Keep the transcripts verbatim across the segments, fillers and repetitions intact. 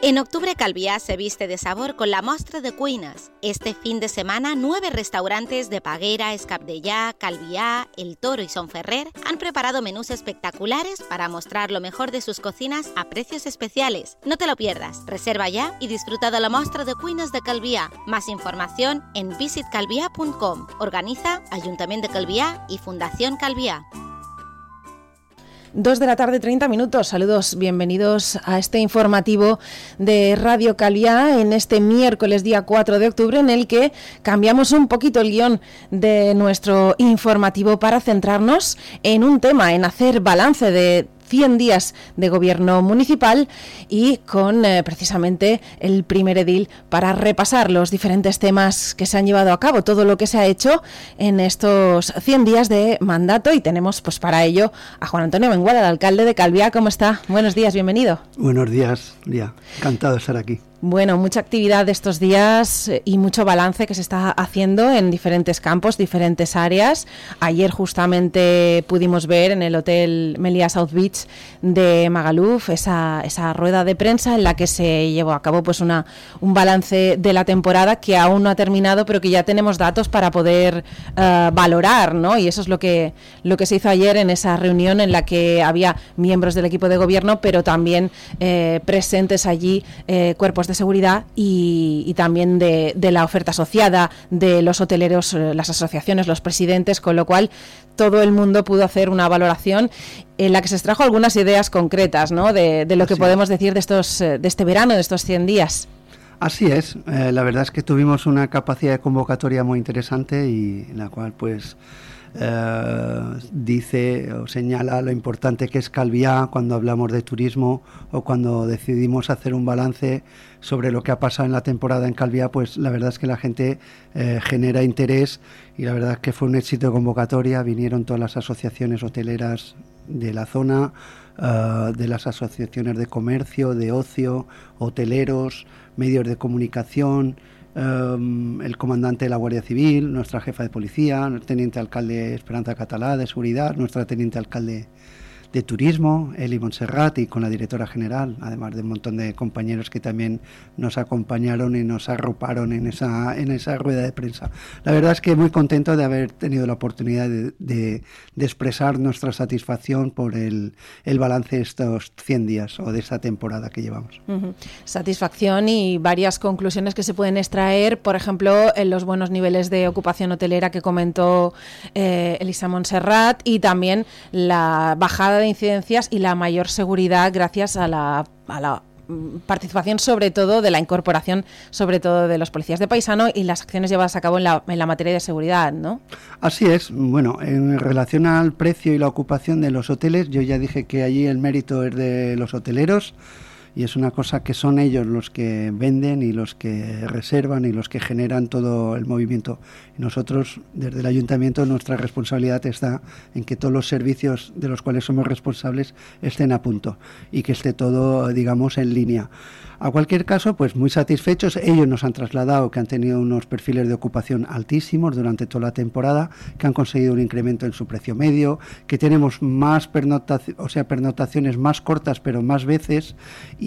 En octubre Calviá se viste de sabor con la Mostra de Cuines. Este fin de semana, nueve restaurantes de Paguera, Escabdellá, Calviá, El Toro y Son Ferrer han preparado menús espectaculares para mostrar lo mejor de sus cocinas a precios especiales. No te lo pierdas. Reserva ya y disfruta de la Mostra de Cuines de Calviá. Más información en visit calviá punto com. Organiza Ayuntamiento de Calviá y Fundación Calviá. Dos de la tarde, treinta minutos. Saludos, bienvenidos a este informativo de Radio Calviá en este miércoles día cuatro de octubre, en el que cambiamos un poquito el guión de nuestro informativo para centrarnos en un tema, en hacer balance de cien días de gobierno municipal y con eh, precisamente el primer edil para repasar los diferentes temas que se han llevado a cabo, todo lo que se ha hecho en estos cien días de mandato, y tenemos pues para ello a Juan Antonio Mengual, el alcalde de Calviá. ¿Cómo está? Buenos días, bienvenido. Buenos días, Lía. Encantado de estar aquí. Bueno, mucha actividad estos días y mucho balance que se está haciendo en diferentes campos, diferentes áreas. Ayer justamente pudimos ver en el Hotel Meliá South Beach de Magaluf esa, esa rueda de prensa en la que se llevó a cabo pues una, un balance de la temporada que aún no ha terminado, pero que ya tenemos datos para poder uh, valorar, ¿no? Y eso es lo que, lo que se hizo ayer en esa reunión en la que había miembros del equipo de gobierno, pero también eh, presentes allí eh, cuerpos de seguridad y, y también de, de la oferta asociada, de los hoteleros, las asociaciones, los presidentes, con lo cual todo el mundo pudo hacer una valoración en la que se extrajo algunas ideas concretas, ¿no? de, de lo que Así podemos es. decir de estos de este verano, de estos cien días. Así es, eh, la verdad es que tuvimos una capacidad de convocatoria muy interesante y en la cual pues Uh, dice o señala lo importante que es Calviá cuando hablamos de turismo o cuando decidimos hacer un balance sobre lo que ha pasado en la temporada en Calviá. Pues la verdad es que la gente eh, genera interés y la verdad es que fue un éxito de convocatoria. Vinieron todas las asociaciones hoteleras de la zona, uh, de las asociaciones de comercio, de ocio, hoteleros, medios de comunicación, Um, el comandante de la Guardia Civil, nuestra jefa de policía, el teniente alcalde Esperanza Catalá de seguridad, nuestra teniente alcalde de turismo, Eli Montserrat, y con la directora general, además de un montón de compañeros que también nos acompañaron y nos arroparon en esa en esa rueda de prensa. La verdad es que muy contento de haber tenido la oportunidad de, de, de expresar nuestra satisfacción por el, el balance de estos cien días o de esta temporada que llevamos. Uh-huh. Satisfacción y varias conclusiones que se pueden extraer, por ejemplo, en los buenos niveles de ocupación hotelera que comentó eh, Elisa Montserrat, y también la bajada de incidencias y la mayor seguridad gracias a la, a la participación, sobre todo de la incorporación, sobre todo de los policías de paisano y las acciones llevadas a cabo en la, en la materia de seguridad, ¿no? Así es. Bueno, en relación al precio y la ocupación de los hoteles, yo ya dije que allí el mérito es de los hoteleros. Y es una cosa que son ellos los que venden y los que reservan y los que generan todo el movimiento. Y nosotros, desde el ayuntamiento, nuestra responsabilidad está en que todos los servicios de los cuales somos responsables estén a punto y que esté todo, digamos, en línea. A cualquier caso, pues muy satisfechos. Ellos nos han trasladado que han tenido unos perfiles de ocupación altísimos durante toda la temporada, que han conseguido un incremento en su precio medio, que tenemos más pernotaciones, o sea, pernotaciones más cortas pero más veces,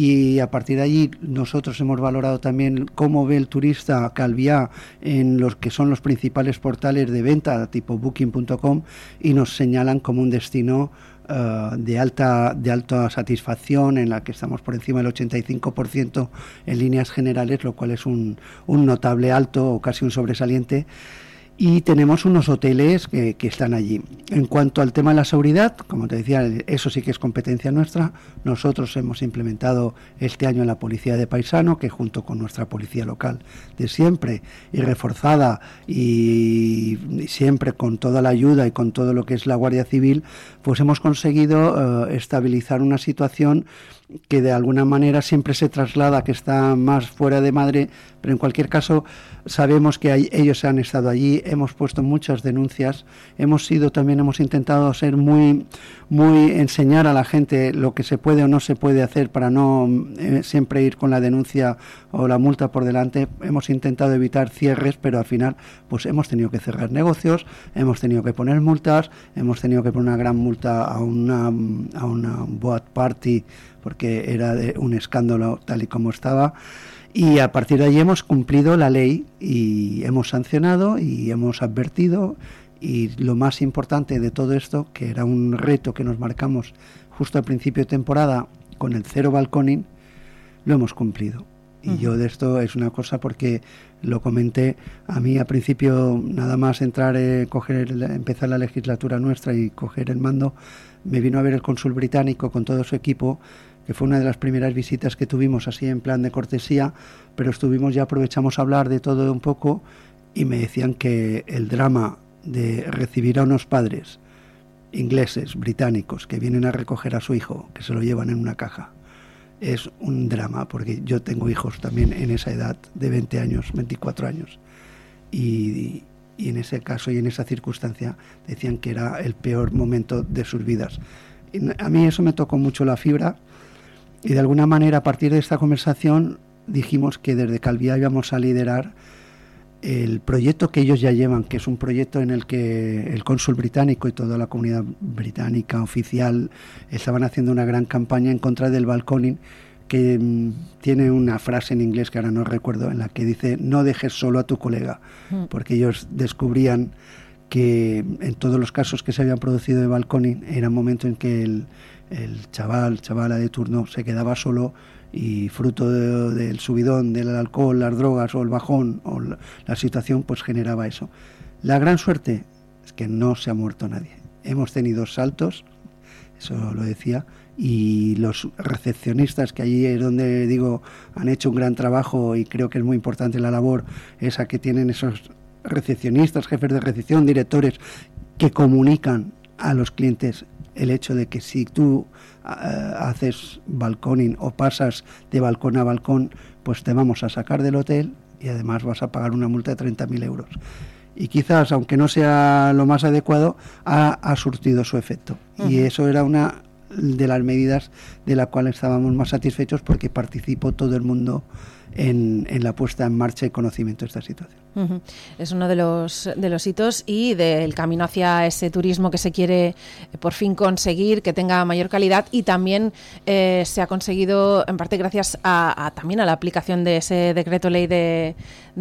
y a partir de allí nosotros hemos valorado también cómo ve el turista Calviá en los que son los principales portales de venta tipo booking punto com y nos señalan como un destino Uh, de alta de alta satisfacción, en la que estamos por encima del ochenta y cinco por ciento en líneas generales, lo cual es un, un notable alto o casi un sobresaliente. Y tenemos unos hoteles que, que están allí. En cuanto al tema de la seguridad, como te decía, eso sí que es competencia nuestra. Nosotros hemos implementado este año la policía de paisano, que junto con nuestra policía local de siempre, y reforzada y, y siempre con toda la ayuda y con todo lo que es la Guardia Civil, pues hemos conseguido uh, estabilizar una situación que de alguna manera siempre se traslada, que está más fuera de Madrid, pero en cualquier caso sabemos que hay, ellos han estado allí, hemos puesto muchas denuncias, hemos sido también, hemos intentado ser muy, muy enseñar a la gente lo que se puede o no se puede hacer para no eh, siempre ir con la denuncia o la multa por delante. Hemos intentado evitar cierres, pero al final pues hemos tenido que cerrar negocios, hemos tenido que poner multas, hemos tenido que poner una gran multa a una, a una boat party porque era de un escándalo tal y como estaba. Y a partir de allí hemos cumplido la ley y hemos sancionado y hemos advertido, y lo más importante de todo esto, que era un reto que nos marcamos justo al principio de temporada con el cero balconing, lo hemos cumplido. Y uh-huh. yo de esto es una cosa porque lo comenté, a mí al principio nada más entrar, eh, coger el, empezar la legislatura nuestra y coger el mando, me vino a ver el cónsul británico con todo su equipo, que fue una de las primeras visitas que tuvimos así en plan de cortesía, pero estuvimos ya aprovechamos a hablar de todo un poco y me decían que el drama de recibir a unos padres ingleses, británicos, que vienen a recoger a su hijo, que se lo llevan en una caja, es un drama, porque yo tengo hijos también en esa edad de veinte años, veinticuatro años, y, y en ese caso y en esa circunstancia decían que era el peor momento de sus vidas. Y a mí eso me tocó mucho la fibra. Y de alguna manera, a partir de esta conversación, dijimos que desde Calviá íbamos a liderar el proyecto que ellos ya llevan, que es un proyecto en el que el cónsul británico y toda la comunidad británica oficial estaban haciendo una gran campaña en contra del balconing, que mmm, tiene una frase en inglés que ahora no recuerdo, en la que dice: no dejes solo a tu colega, porque ellos descubrían que en todos los casos que se habían producido de balconing era un momento en que el el chaval, chavala de turno se quedaba solo y fruto de, del subidón del alcohol, las drogas o el bajón o la, la situación pues generaba eso. La gran suerte es que no se ha muerto nadie. Hemos tenido saltos, eso lo decía, y los recepcionistas, que allí es donde digo han hecho un gran trabajo y creo que es muy importante la labor esa que tienen esos recepcionistas, jefes de recepción, directores, que comunican a los clientes el hecho de que si tú uh, haces balconing o pasas de balcón a balcón, pues te vamos a sacar del hotel y además vas a pagar una multa de treinta mil euros. Y quizás, aunque no sea lo más adecuado, ha, ha surtido su efecto. Uh-huh. Y eso era una de las medidas de la cual estábamos más satisfechos, porque participó todo el mundo en, en la puesta en marcha y conocimiento de esta situación. Uh-huh. Es uno de los de los hitos y del camino hacia ese turismo que se quiere eh, por fin conseguir, que tenga mayor calidad, y también eh, se ha conseguido en parte gracias a, a también a la aplicación de ese decreto ley de,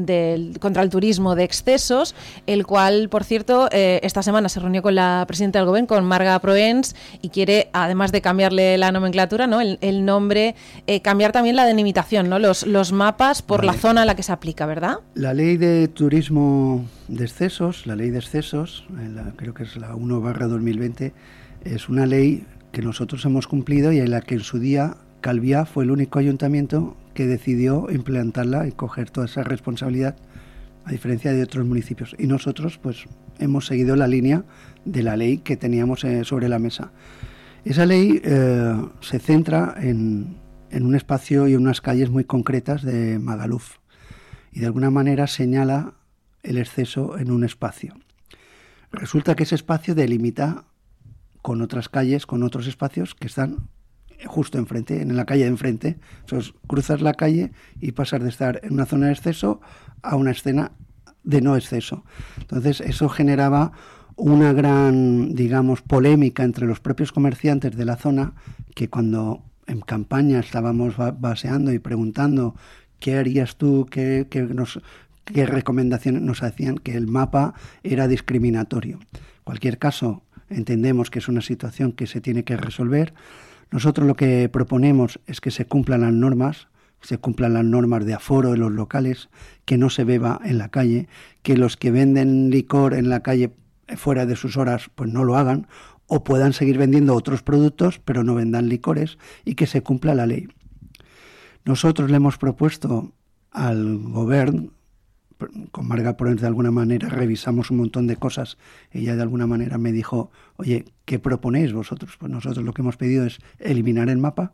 de contra el turismo de excesos, el cual, por cierto, eh, esta semana se reunió con la presidenta del Gobierno, con Marga Proens, y quiere, además de cambiarle la nomenclatura, ¿no?, el, el nombre, eh, cambiar también la delimitación, ¿no?, los, los mapas por vale. la zona a la que se aplica, ¿verdad? La ley de turismo de excesos, la ley de excesos, la, creo que es la uno barra dos mil veinte, es una ley que nosotros hemos cumplido y en la que en su día Calviá fue el único ayuntamiento que decidió implantarla y coger toda esa responsabilidad, a diferencia de otros municipios. Y nosotros pues hemos seguido la línea de la ley que teníamos eh, sobre la mesa. Esa ley eh, se centra en, en un espacio y unas calles muy concretas de Magaluf, y de alguna manera señala el exceso en un espacio. Resulta que ese espacio delimita con otras calles, con otros espacios que están justo enfrente, en la calle de enfrente. Entonces, cruzas la calle y pasas de estar en una zona de exceso a una escena de no exceso. Entonces, eso generaba una gran, digamos, polémica entre los propios comerciantes de la zona, que cuando en campaña estábamos baseando y preguntando ¿qué harías tú? ¿Qué, qué, nos, qué recomendaciones nos hacían? Que el mapa era discriminatorio. En cualquier caso, entendemos que es una situación que se tiene que resolver. Nosotros lo que proponemos es que se cumplan las normas, se cumplan las normas de aforo en los locales, que no se beba en la calle, que los que venden licor en la calle fuera de sus horas pues no lo hagan, o puedan seguir vendiendo otros productos, pero no vendan licores, y que se cumpla la ley. Nosotros le hemos propuesto al Gobierno, con Marga Proens de alguna manera revisamos un montón de cosas. Ella de alguna manera me dijo, oye, ¿qué proponéis vosotros? Pues nosotros lo que hemos pedido es eliminar el mapa,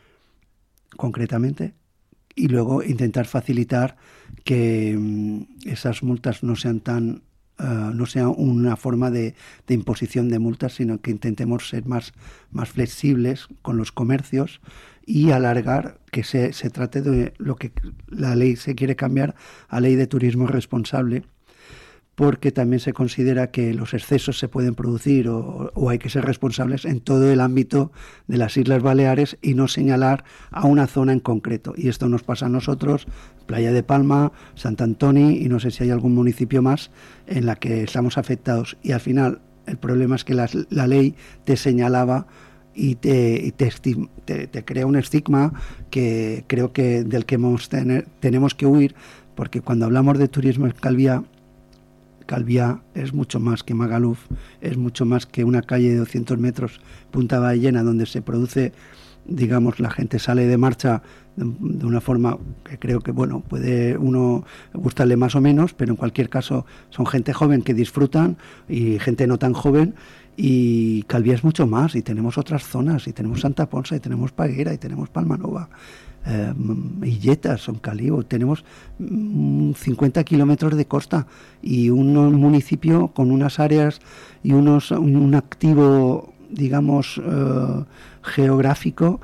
concretamente, y luego intentar facilitar que um, esas multas no sean tan Uh, no sea una forma de, de imposición de multas, sino que intentemos ser más, más flexibles con los comercios y alargar que se, se trate de lo que la ley se quiere cambiar a ley de turismo responsable, porque también se considera que los excesos se pueden producir o, o hay que ser responsables en todo el ámbito de las Islas Baleares y no señalar a una zona en concreto. Y esto nos pasa a nosotros, Playa de Palma, Sant Antoni y no sé si hay algún municipio más en la que estamos afectados. Y al final el problema es que la, la ley te señalaba y te, y te, te, te crea un estigma que creo que del que hemos tener, tenemos que huir, porque cuando hablamos de turismo en Calviá, Calviá es mucho más que Magaluf, es mucho más que una calle de doscientos metros, Punta Ballena, donde se produce, digamos, la gente sale de marcha de, de una forma que creo que, bueno, puede uno gustarle más o menos, pero en cualquier caso son gente joven que disfrutan y gente no tan joven, y Calviá es mucho más, y tenemos otras zonas, y tenemos Santa Ponsa, y tenemos Paguera, y tenemos Palmanova, Eh, Illetas, Soncaliu, tenemos mm, cincuenta kilómetros de costa y un municipio con unas áreas y unos un, un activo, digamos, eh, geográfico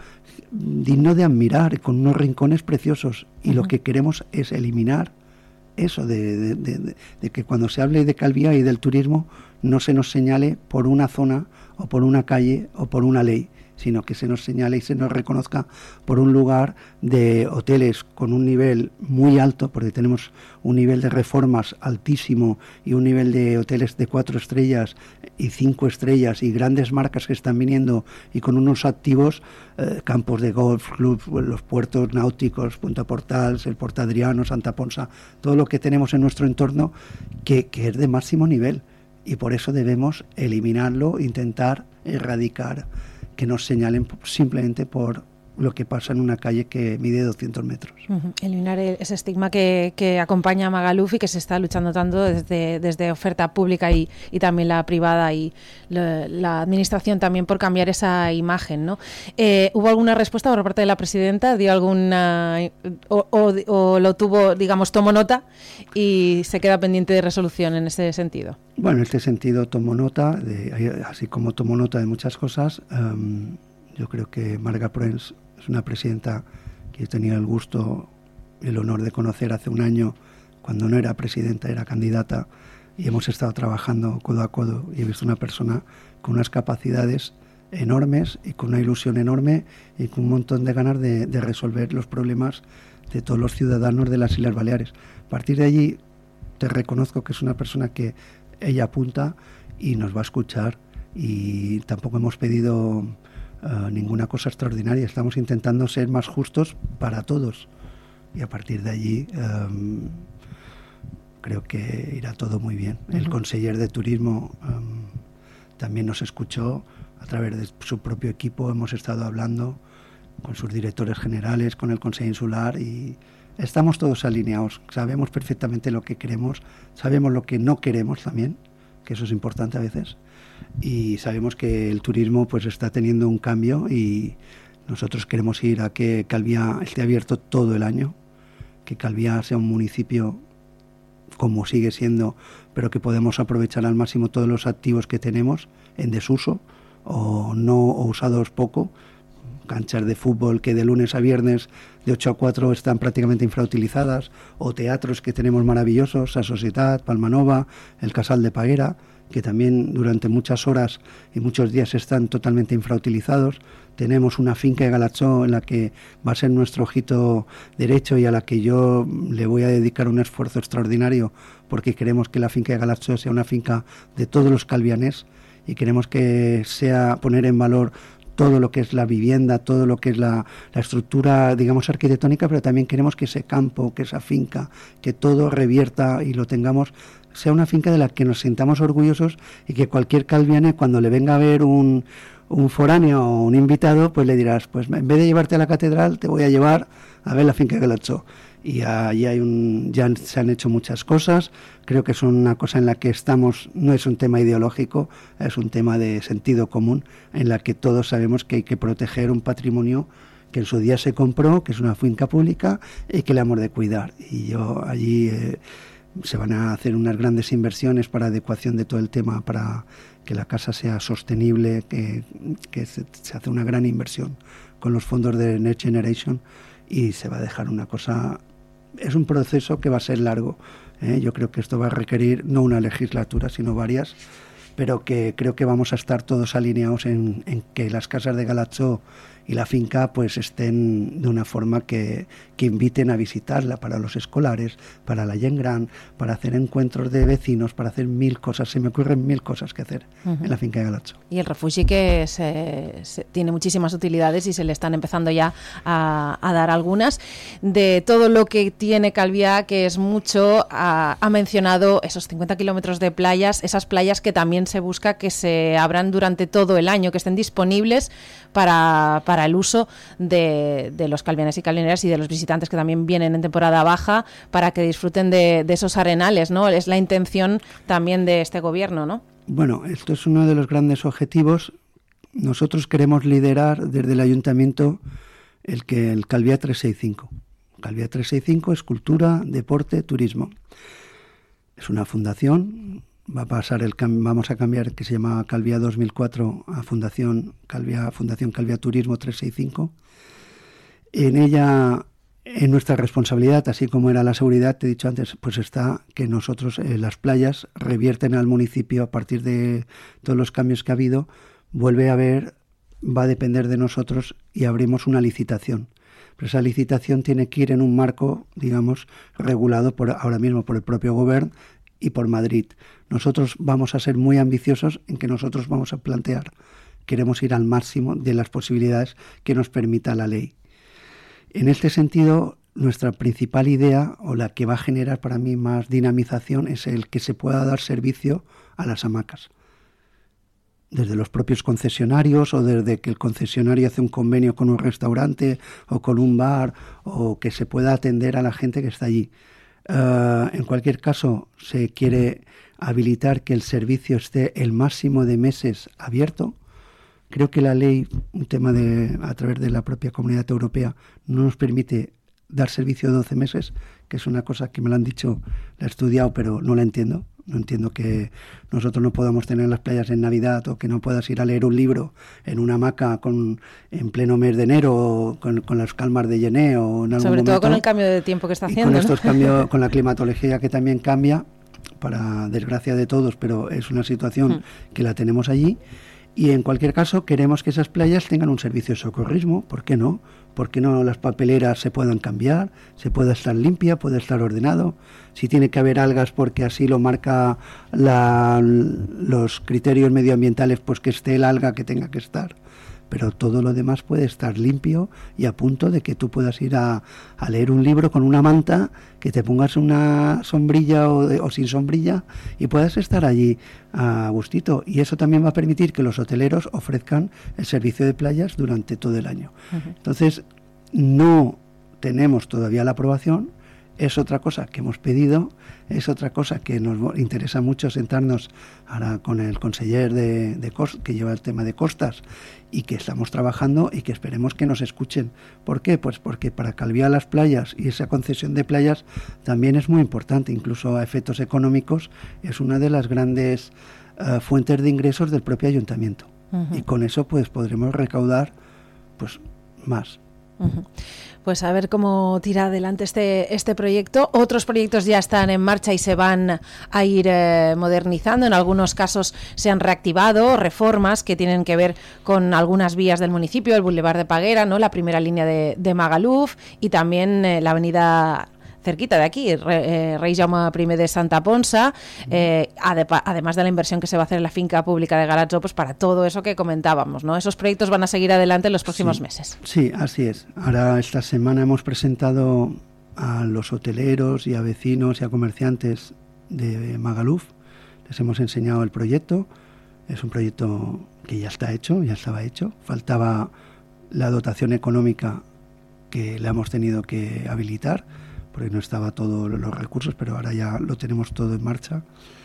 digno de admirar, con unos rincones preciosos, y uh-huh. lo que queremos es eliminar eso de, de, de, de que cuando se hable de Calviá y del turismo no se nos señale por una zona o por una calle o por una ley, sino que se nos señale y se nos reconozca por un lugar de hoteles con un nivel muy alto, porque tenemos un nivel de reformas altísimo y un nivel de hoteles de cuatro estrellas y cinco estrellas y grandes marcas que están viniendo y con unos activos, eh, campos de golf, clubs, los puertos náuticos, Punta Portals, el Port Adriano, Santa Ponsa, todo lo que tenemos en nuestro entorno que, que es de máximo nivel, y por eso debemos eliminarlo, intentar erradicar que nos señalen simplemente por lo que pasa en una calle que mide doscientos metros. Uh-huh. Eliminar el, ese estigma que, que acompaña a Magaluf y que se está luchando tanto desde, desde oferta pública y, y también la privada y la, la administración también por cambiar esa imagen, ¿no? Eh, ¿Hubo alguna respuesta por parte de la presidenta? ¿Dio alguna o, o, o lo tuvo, digamos, tomó nota y se queda pendiente de resolución en ese sentido? Bueno, en este sentido tomo nota, de, así como tomo nota de muchas cosas. Um, yo creo que Marga Proens es una presidenta que he tenido el gusto y el honor de conocer hace un año, cuando no era presidenta, era candidata, y hemos estado trabajando codo a codo, y he visto una persona con unas capacidades enormes y con una ilusión enorme y con un montón de ganas de, de resolver los problemas de todos los ciudadanos de las Islas Baleares. A partir de allí te reconozco que es una persona que ella apunta y nos va a escuchar, y tampoco hemos pedido Uh, ninguna cosa extraordinaria. Estamos intentando ser más justos para todos, y a partir de allí um, creo que irá todo muy bien. Uh-huh. El conseller de turismo um, también nos escuchó a través de su propio equipo. Hemos estado hablando con sus directores generales, con el Consejo Insular, y estamos todos alineados. Sabemos perfectamente lo que queremos, sabemos lo que no queremos también, que eso es importante a veces, y sabemos que el turismo pues está teniendo un cambio, y nosotros queremos ir a que Calviá esté abierto todo el año, que Calviá sea un municipio como sigue siendo, pero que podemos aprovechar al máximo todos los activos que tenemos en desuso o no o usados poco. Canchas de fútbol que de lunes a viernes de ocho a cuatro están prácticamente infrautilizadas, o teatros que tenemos maravillosos, Sa Societat, Palmanova, el Casal de Paguera, que también durante muchas horas y muchos días están totalmente infrautilizados. Tenemos una finca de Galatzó en la que va a ser nuestro ojito derecho y a la que yo le voy a dedicar un esfuerzo extraordinario, porque queremos que la finca de Galatzó sea una finca de todos los calvianés, y queremos que sea poner en valor todo lo que es la vivienda, todo lo que es la, la estructura, digamos, arquitectónica, pero también queremos que ese campo, que esa finca, que todo revierta y lo tengamos, sea una finca de la que nos sintamos orgullosos, y que cualquier calviane, cuando le venga a ver un, un foráneo o un invitado, pues le dirás, pues en vez de llevarte a la catedral, te voy a llevar a ver la finca de Galatzó. Y allí hay un, ya se han hecho muchas cosas. Creo que es una cosa en la que estamos, no es un tema ideológico, es un tema de sentido común, en la que todos sabemos que hay que proteger un patrimonio que en su día se compró, que es una finca pública y que le hemos de cuidar. Y yo allí eh, se van a hacer unas grandes inversiones para adecuación de todo el tema, para que la casa sea sostenible, que, que se, se hace una gran inversión con los fondos de Next Generation, y se va a dejar una cosa. Es un proceso que va a ser largo, ¿eh? Yo creo que esto va a requerir no una legislatura, sino varias, pero que creo que vamos a estar todos alineados en, en que las casas de Galatzó y la finca pues estén de una forma que, que inviten a visitarla para los escolares, para la gent gran, para hacer encuentros de vecinos, para hacer mil cosas. Se me ocurren mil cosas que hacer uh-huh. en la finca de Galatzó. Y el refugi que se, se, tiene muchísimas utilidades y se le están empezando ya a, a dar algunas. De todo lo que tiene Calviá, que es mucho, ha, ha mencionado esos cincuenta kilómetros de playas, esas playas que también se busca que se abran durante todo el año, que estén disponibles para, para el uso de, de los calvianes y calvianeras y de los visitantes que también vienen en temporada baja, para que disfruten de, de esos arenales, ¿no? Es la intención también de este gobierno, ¿no? Bueno, esto es uno de los grandes objetivos. Nosotros queremos liderar desde el ayuntamiento el que el Calviá trescientos sesenta y cinco. Calviá trescientos sesenta y cinco es cultura, deporte, turismo. Es una fundación. Va a pasar el vamos a cambiar, que se llama Calviá dos mil cuatro a Fundación Calviá, Fundación Calviá Turismo trescientos sesenta y cinco. En ella, en nuestra responsabilidad, así como era la seguridad, te he dicho antes, pues está que nosotros eh, las playas revierten al municipio a partir de todos los cambios que ha habido, vuelve a haber, va a depender de nosotros y abrimos una licitación. Pero esa licitación tiene que ir en un marco, digamos, regulado por ahora mismo por el propio gobierno y por Madrid. Nosotros vamos a ser muy ambiciosos en que nosotros vamos a plantear, queremos ir al máximo de las posibilidades que nos permita la ley. En este sentido, nuestra principal idea, o la que va a generar para mí más dinamización, es el que se pueda dar servicio a las hamacas. Desde los propios concesionarios, o desde que el concesionario hace un convenio con un restaurante o con un bar, o que se pueda atender a la gente que está allí. Uh, en cualquier caso, se quiere habilitar que el servicio esté el máximo de meses abierto. Creo que la ley, un tema de a través de la propia Comunidad Europea, no nos permite dar servicio de doce meses, que es una cosa que me lo han dicho, la he estudiado, pero no la entiendo. No entiendo que nosotros no podamos tener las playas en Navidad, o que no puedas ir a leer un libro en una hamaca con, en pleno mes de enero, o con, con las calmas de Yené, o en algún Sobre momento, todo con el cambio de tiempo que está haciendo. Y con ¿no? estos cambios, con la climatología que también cambia, para desgracia de todos, pero es una situación mm. que la tenemos allí. Y en cualquier caso queremos que esas playas tengan un servicio de socorrismo. ¿Por qué no? ¿Por qué no las papeleras se puedan cambiar? Se pueda estar limpia, puede estar ordenado. Si tiene que haber algas porque así lo marca la, los criterios medioambientales, pues que esté el alga que tenga que estar. Pero todo lo demás puede estar limpio y a punto de que tú puedas ir a, a leer un libro con una manta, que te pongas una sombrilla o, de, o sin sombrilla y puedas estar allí a gustito. Y eso también va a permitir que los hoteleros ofrezcan el servicio de playas durante todo el año. Uh-huh. Entonces, no tenemos todavía la aprobación. Es otra cosa que hemos pedido, es otra cosa que nos interesa mucho sentarnos ahora con el conseller de, de cost, que lleva el tema de costas, y que estamos trabajando y que esperemos que nos escuchen. ¿Por qué? Pues porque para Calviá las playas y esa concesión de playas también es muy importante, incluso a efectos económicos, es una de las grandes uh, fuentes de ingresos del propio ayuntamiento. Uh-huh. Y con eso pues podremos recaudar pues más. Uh-huh. Pues a ver cómo tira adelante este, este proyecto. Otros proyectos ya están en marcha y se van a ir eh, modernizando. En algunos casos se han reactivado reformas que tienen que ver con algunas vías del municipio, el Boulevard de Paguera, ¿no? La primera línea de, de Magaluf, y también eh, la avenida cerquita de aquí, Re, eh, Rey Jaume I de Santa Ponsa, eh, ade- además de la inversión que se va a hacer en la finca pública de Galatzó, pues para todo eso que comentábamos, ¿no? Esos proyectos van a seguir adelante en los próximos sí, meses. Sí, así es. Ahora esta semana hemos presentado a los hoteleros y a vecinos y a comerciantes de Magaluf, les hemos enseñado el proyecto. Es un proyecto que ya está hecho, ya estaba hecho, faltaba la dotación económica que le hemos tenido que habilitar, porque no estaba todos los recursos, pero ahora ya lo tenemos todo en marcha.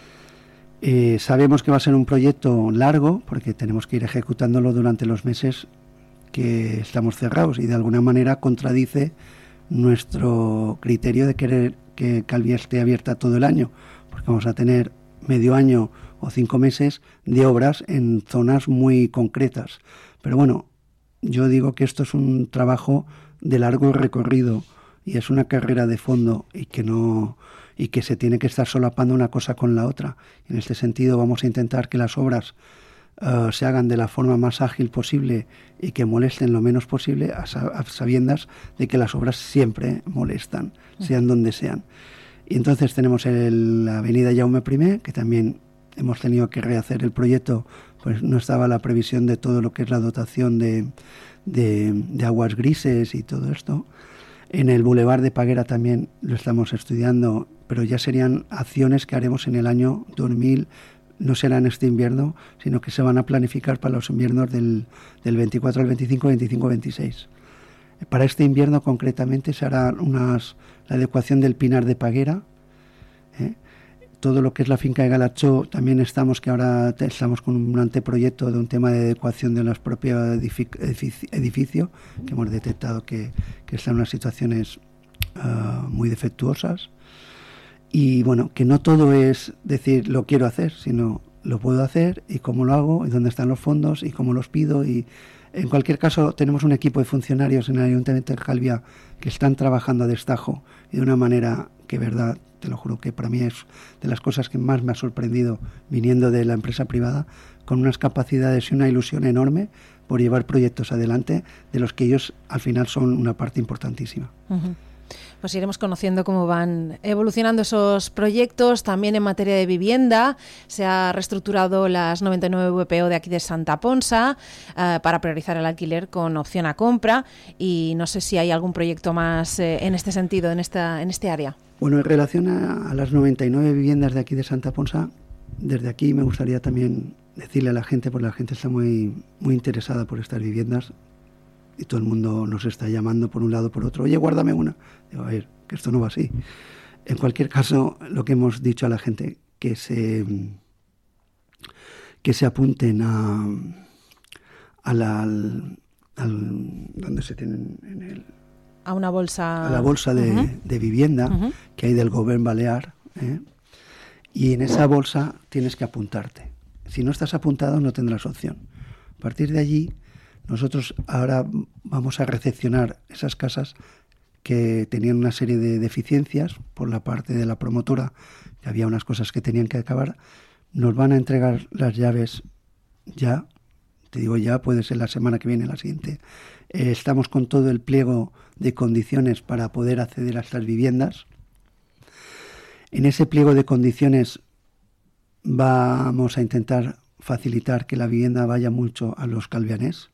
Eh, sabemos que va a ser un proyecto largo, porque tenemos que ir ejecutándolo durante los meses que estamos cerrados, y de alguna manera contradice nuestro criterio de querer que Calviá esté abierta todo el año, porque vamos a tener medio año o cinco meses de obras en zonas muy concretas. Pero bueno, yo digo que esto es un trabajo de largo recorrido, y es una carrera de fondo, y que no y que se tiene que estar solapando una cosa con la otra. En este sentido vamos a intentar que las obras uh, se hagan de la forma más ágil posible y que molesten lo menos posible, a, a sabiendas de que las obras siempre molestan, sean donde sean. Y entonces tenemos el, la avenida Jaume I, que también hemos tenido que rehacer el proyecto, pues no estaba la previsión de todo lo que es la dotación de, de, de aguas grises y todo esto. En el Boulevard de Paguera también lo estamos estudiando, pero ya serían acciones que haremos en el año dos mil, no serán este invierno, sino que se van a planificar para los inviernos del, del veinticuatro al veinticinco, veinticinco veintiséis. Para este invierno concretamente se hará unas, la adecuación del Pinar de Paguera, ¿eh? Todo lo que es la finca de Galachó, también estamos, que ahora estamos con un anteproyecto de un tema de adecuación de los propios edific- edificio, que hemos detectado que, que están en unas situaciones uh, muy defectuosas. Y bueno, que no todo es decir lo quiero hacer, sino lo puedo hacer y cómo lo hago, y dónde están los fondos y cómo los pido. Y en cualquier caso tenemos un equipo de funcionarios en el Ayuntamiento de Calviá que están trabajando a destajo y de una manera que, verdad, te lo juro que para mí es de las cosas que más me ha sorprendido viniendo de la empresa privada, con unas capacidades y una ilusión enorme por llevar proyectos adelante, de los que ellos al final son una parte importantísima. Uh-huh. Pues iremos conociendo cómo van evolucionando esos proyectos. También en materia de vivienda se ha reestructurado las noventa y nueve V P O de aquí de Santa Ponsa eh, para priorizar el alquiler con opción a compra, y no sé si hay algún proyecto más eh, en este sentido, en esta en este área. Bueno, en relación a, a las noventa y nueve viviendas de aquí de Santa Ponsa, desde aquí me gustaría también decirle a la gente, porque la gente está muy, muy interesada por estas viviendas, y todo el mundo nos está llamando por un lado por otro. Oye, guárdame una. Digo, a ver, que esto no va así. En cualquier caso, lo que hemos dicho a la gente, que se que se apunten a, a la al, al donde se tienen en el a una bolsa a la bolsa de, uh-huh. de vivienda uh-huh. que hay del Gobierno Balear, ¿eh? Y en esa bolsa tienes que apuntarte. Si no estás apuntado no tendrás opción. A partir de allí, nosotros ahora vamos a recepcionar esas casas que tenían una serie de deficiencias por la parte de la promotora, que había unas cosas que tenían que acabar. Nos van a entregar las llaves ya, te digo ya, puede ser la semana que viene, la siguiente. Eh, estamos con todo el pliego de condiciones para poder acceder a estas viviendas. En ese pliego de condiciones vamos a intentar facilitar que la vivienda vaya mucho a los calvianés.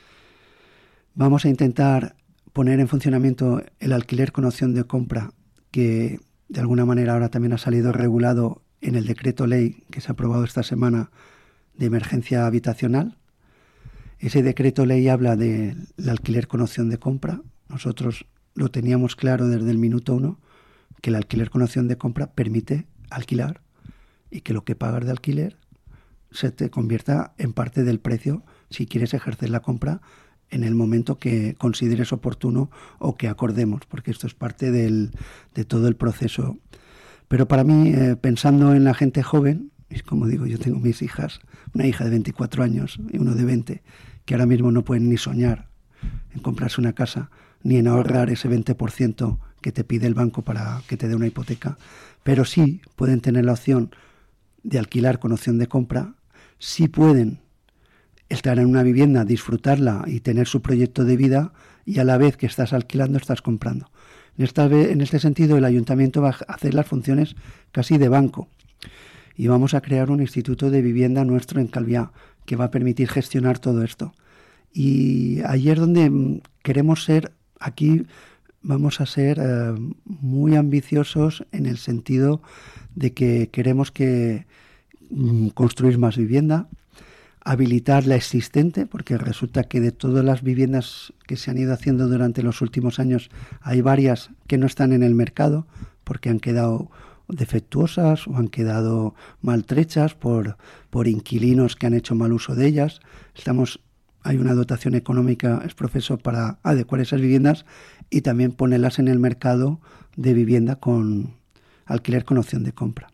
Vamos a intentar poner en funcionamiento el alquiler con opción de compra, que de alguna manera ahora también ha salido regulado en el decreto ley que se ha aprobado esta semana de emergencia habitacional. Ese decreto ley habla del alquiler con opción de compra. Nosotros lo teníamos claro desde el minuto uno, que el alquiler con opción de compra permite alquilar y que lo que pagas de alquiler se te convierta en parte del precio si quieres ejercer la compra en el momento que consideres oportuno o que acordemos, porque esto es parte del, de todo el proceso. Pero para mí, eh, pensando en la gente joven, y como digo, yo tengo mis hijas, una hija de veinticuatro años y uno de veinte, que ahora mismo no pueden ni soñar en comprarse una casa, ni en ahorrar ese veinte por ciento que te pide el banco para que te dé una hipoteca, pero sí pueden tener la opción de alquilar con opción de compra, sí pueden estar en una vivienda, disfrutarla y tener su proyecto de vida, y a la vez que estás alquilando estás comprando. En, esta vez, en este sentido, el ayuntamiento va a hacer las funciones casi de banco, y vamos a crear un instituto de vivienda nuestro en Calviá que va a permitir gestionar todo esto. Y ahí es donde queremos ser, aquí vamos a ser eh, muy ambiciosos en el sentido de que queremos que mm, construir más vivienda, habilitar la existente, porque resulta que de todas las viviendas que se han ido haciendo durante los últimos años hay varias que no están en el mercado porque han quedado defectuosas o han quedado maltrechas por, por inquilinos que han hecho mal uso de ellas. Estamos, hay una dotación económica, es profeso, para adecuar esas viviendas y también ponerlas en el mercado de vivienda con alquiler con opción de compra.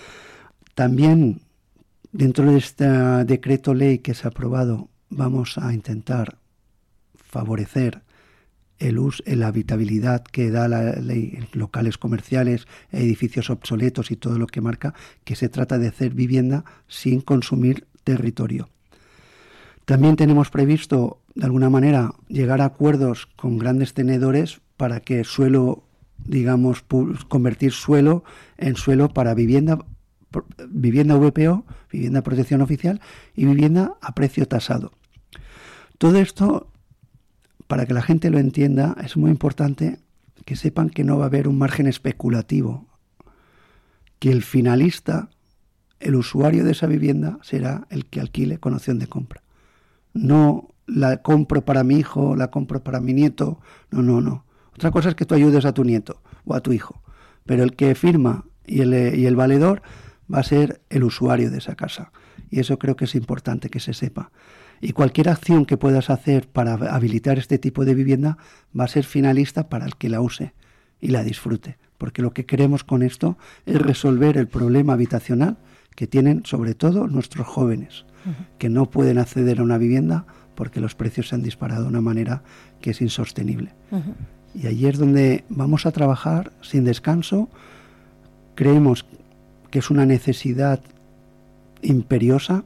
También, dentro de este decreto ley que se ha aprobado, vamos a intentar favorecer el uso, la habitabilidad que da la ley, locales comerciales, edificios obsoletos y todo lo que marca, que se trata de hacer vivienda sin consumir territorio. También tenemos previsto, de alguna manera, llegar a acuerdos con grandes tenedores para que suelo, digamos, convertir suelo en suelo para vivienda, vivienda V P O, vivienda de protección oficial y vivienda a precio tasado. Todo esto, para que la gente lo entienda, es muy importante que sepan que no va a haber un margen especulativo, que el finalista, el usuario de esa vivienda, será el que alquile con opción de compra. No la compro para mi hijo, la compro para mi nieto, no, no, no. Otra cosa es que tú ayudes a tu nieto o a tu hijo, pero el que firma y el, y el valedor va a ser el usuario de esa casa. Y eso creo que es importante que se sepa. Y cualquier acción que puedas hacer para habilitar este tipo de vivienda va a ser finalista para el que la use y la disfrute. Porque lo que queremos con esto es resolver el problema habitacional que tienen sobre todo nuestros jóvenes, uh-huh. que no pueden acceder a una vivienda porque los precios se han disparado de una manera que es insostenible. Uh-huh. Y ahí es donde vamos a trabajar sin descanso. Creemos que es una necesidad imperiosa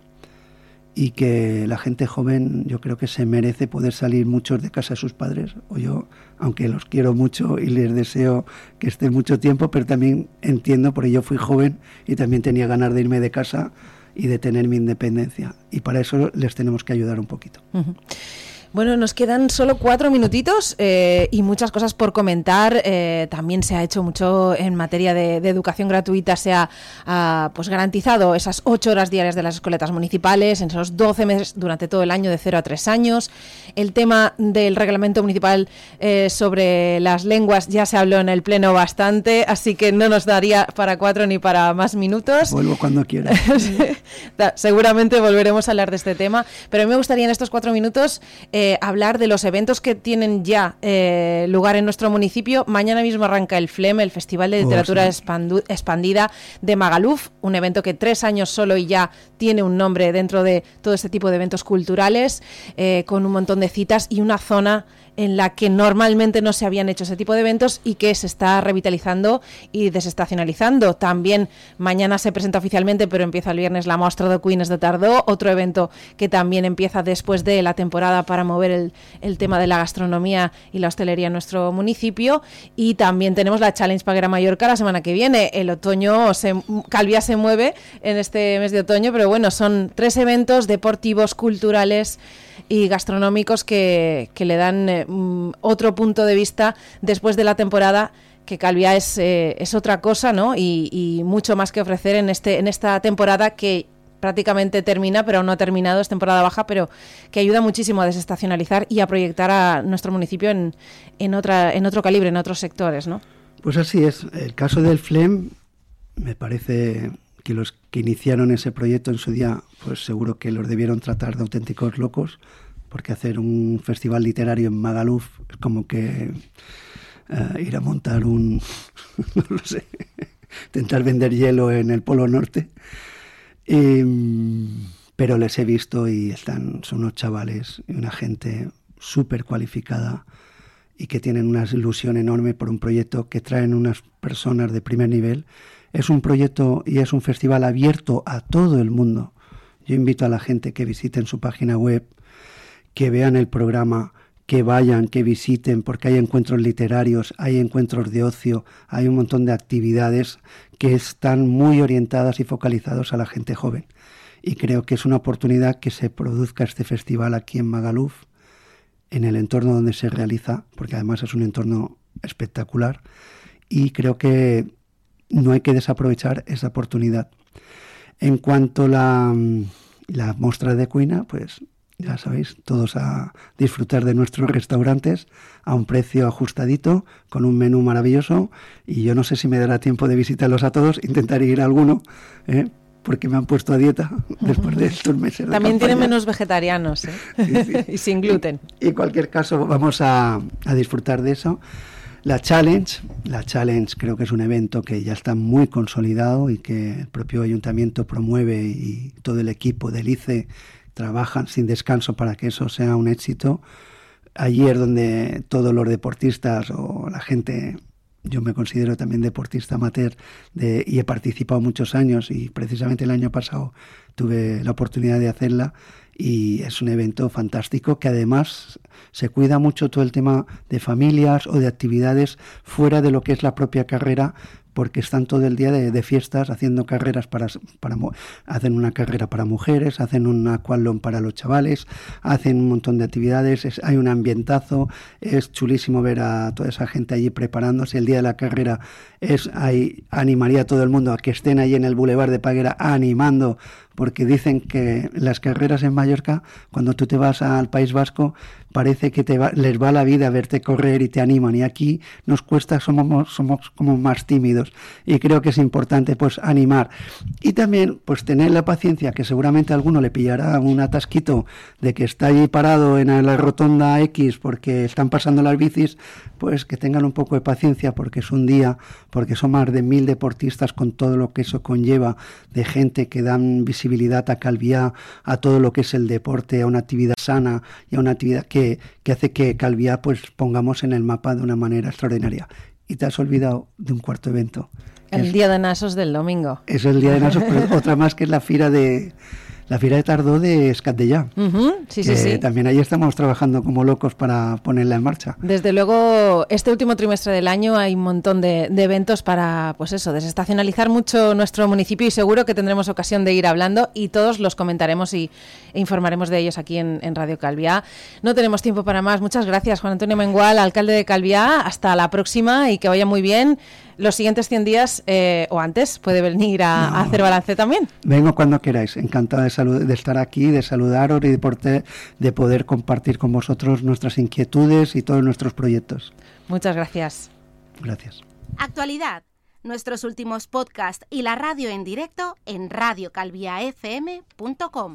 y que la gente joven, yo creo que se merece poder salir muchos de casa de sus padres, o yo, aunque los quiero mucho y les deseo que estén mucho tiempo, pero también entiendo, porque yo fui joven y también tenía ganas de irme de casa y de tener mi independencia, y para eso les tenemos que ayudar un poquito. Uh-huh. Bueno, nos quedan solo cuatro minutitos eh, y muchas cosas por comentar. Eh, también se ha hecho mucho en materia de, de educación gratuita. Se ha uh, pues garantizado esas ocho horas diarias de las escuelas municipales en esos doce meses durante todo el año de cero a tres años. El tema del reglamento municipal eh, sobre las lenguas ya se habló en el pleno bastante, así que no nos daría para cuatro ni para más minutos. Vuelvo cuando quieras. Seguramente volveremos a hablar de este tema, pero a mí me gustaría en estos cuatro minutos Eh, hablar de los eventos que tienen ya eh, lugar en nuestro municipio. Mañana mismo arranca el FLEM, el Festival de Literatura oh, sí. Expandu- Expandida de Magaluf, un evento que tres años solo y ya tiene un nombre dentro de todo este tipo de eventos culturales, eh, con un montón de citas y una zona en la que normalmente no se habían hecho ese tipo de eventos y que se está revitalizando y desestacionalizando. También mañana se presenta oficialmente, pero empieza el viernes, la Mostra de Cuines de Tardó, otro evento que también empieza después de la temporada para mover el, el tema de la gastronomía y la hostelería en nuestro municipio. Y también tenemos la Challenge Paguera Mallorca la semana que viene. El otoño, se, Calviá se mueve en este mes de otoño, pero bueno, son tres eventos deportivos, culturales y gastronómicos que, que le dan eh, otro punto de vista después de la temporada, que Calviá es, eh, es otra cosa, ¿no? Y, y mucho más que ofrecer en, este, en esta temporada que prácticamente termina, pero aún no ha terminado, es temporada baja, pero que ayuda muchísimo a desestacionalizar y a proyectar a nuestro municipio en, en, otra, en otro calibre, en otros sectores, ¿no? Pues así es. El caso del FLEM, me parece que los que iniciaron ese proyecto en su día, pues seguro que los debieron tratar de auténticos locos, porque hacer un festival literario en Magaluf es como que uh, ir a montar un, no lo sé, intentar vender hielo en el Polo Norte. Eh, pero les he visto y están, son unos chavales y una gente súper cualificada y que tienen una ilusión enorme por un proyecto que traen unas personas de primer nivel. Es un proyecto y es un festival abierto a todo el mundo. Yo invito a la gente que visiten su página web, que vean el programa, que vayan, que visiten, porque hay encuentros literarios, hay encuentros de ocio, hay un montón de actividades que están muy orientadas y focalizadas a la gente joven. Y creo que es una oportunidad que se produzca este festival aquí en Magaluf, en el entorno donde se realiza, porque además es un entorno espectacular, y creo que no hay que desaprovechar esa oportunidad. En cuanto a la, la Mostra de Cuina, pues ya sabéis, todos a disfrutar de nuestros restaurantes a un precio ajustadito, con un menú maravilloso, y yo no sé si me dará tiempo de visitarlos a todos, intentaré ir a alguno, ¿eh? porque me han puesto a dieta después de estos meses de También campaña. tienen menús vegetarianos, ¿eh? Sí, sí. Y sin gluten. Y en cualquier caso vamos a, a disfrutar de eso. La Challenge, la Challenge creo que es un evento que ya está muy consolidado y que el propio ayuntamiento promueve y todo el equipo del I C E trabajan sin descanso para que eso sea un éxito. allí es donde todos los deportistas o la gente, yo me considero también deportista amateur de, y he participado muchos años y precisamente el año pasado tuve la oportunidad de hacerla y es un evento fantástico que además se cuida mucho todo el tema de familias o de actividades fuera de lo que es la propia carrera, porque están todo el día de, de fiestas haciendo carreras para, para hacen una carrera para mujeres, hacen un aquatlón para los chavales, hacen un montón de actividades, es, hay un ambientazo, es chulísimo ver a toda esa gente allí preparándose. El día de la carrera es ahí, animaría a todo el mundo a que estén allí en el Boulevard de Paguera animando, porque dicen que las carreras en Mallorca, cuando tú te vas al País Vasco, parece que te va, les va la vida verte correr y te animan, y aquí nos cuesta, somos, somos como más tímidos, y creo que es importante pues animar y también pues tener la paciencia, que seguramente a alguno le pillará un atasquito de que está allí parado en la rotonda X porque están pasando las bicis, pues que tengan un poco de paciencia, porque es un día, porque son más de mil deportistas con todo lo que eso conlleva, de gente que dan visibilidad a Calviá, a todo lo que es el deporte, a una actividad sana y a una actividad que, que hace que Calviá pues pongamos en el mapa de una manera extraordinaria. Y te has olvidado de un cuarto evento. El es, Día de Nasos del domingo. Es el Día de Nasos, pero otra más que es la Fira de... La Fira de Tardó de Escatdellà. Uh-huh, sí, sí, sí. También ahí estamos trabajando como locos para ponerla en marcha. Desde luego, este último trimestre del año hay un montón de, de eventos para, pues eso, desestacionalizar mucho nuestro municipio, y seguro que tendremos ocasión de ir hablando y todos los comentaremos y, e informaremos de ellos aquí en, en Radio Calviá. No tenemos tiempo para más. Muchas gracias, Juan Antonio Mengual, alcalde de Calviá. Hasta la próxima y que vaya muy bien. Los siguientes cien días eh, o antes puede venir a, no, a hacer balance también. Vengo cuando queráis. Encantado de, salud, de estar aquí, de saludaros y de, porte, de poder compartir con vosotros nuestras inquietudes y todos nuestros proyectos. Muchas gracias. Gracias. Actualidad. Nuestros últimos podcasts y la radio en directo en radio calvia f m punto com.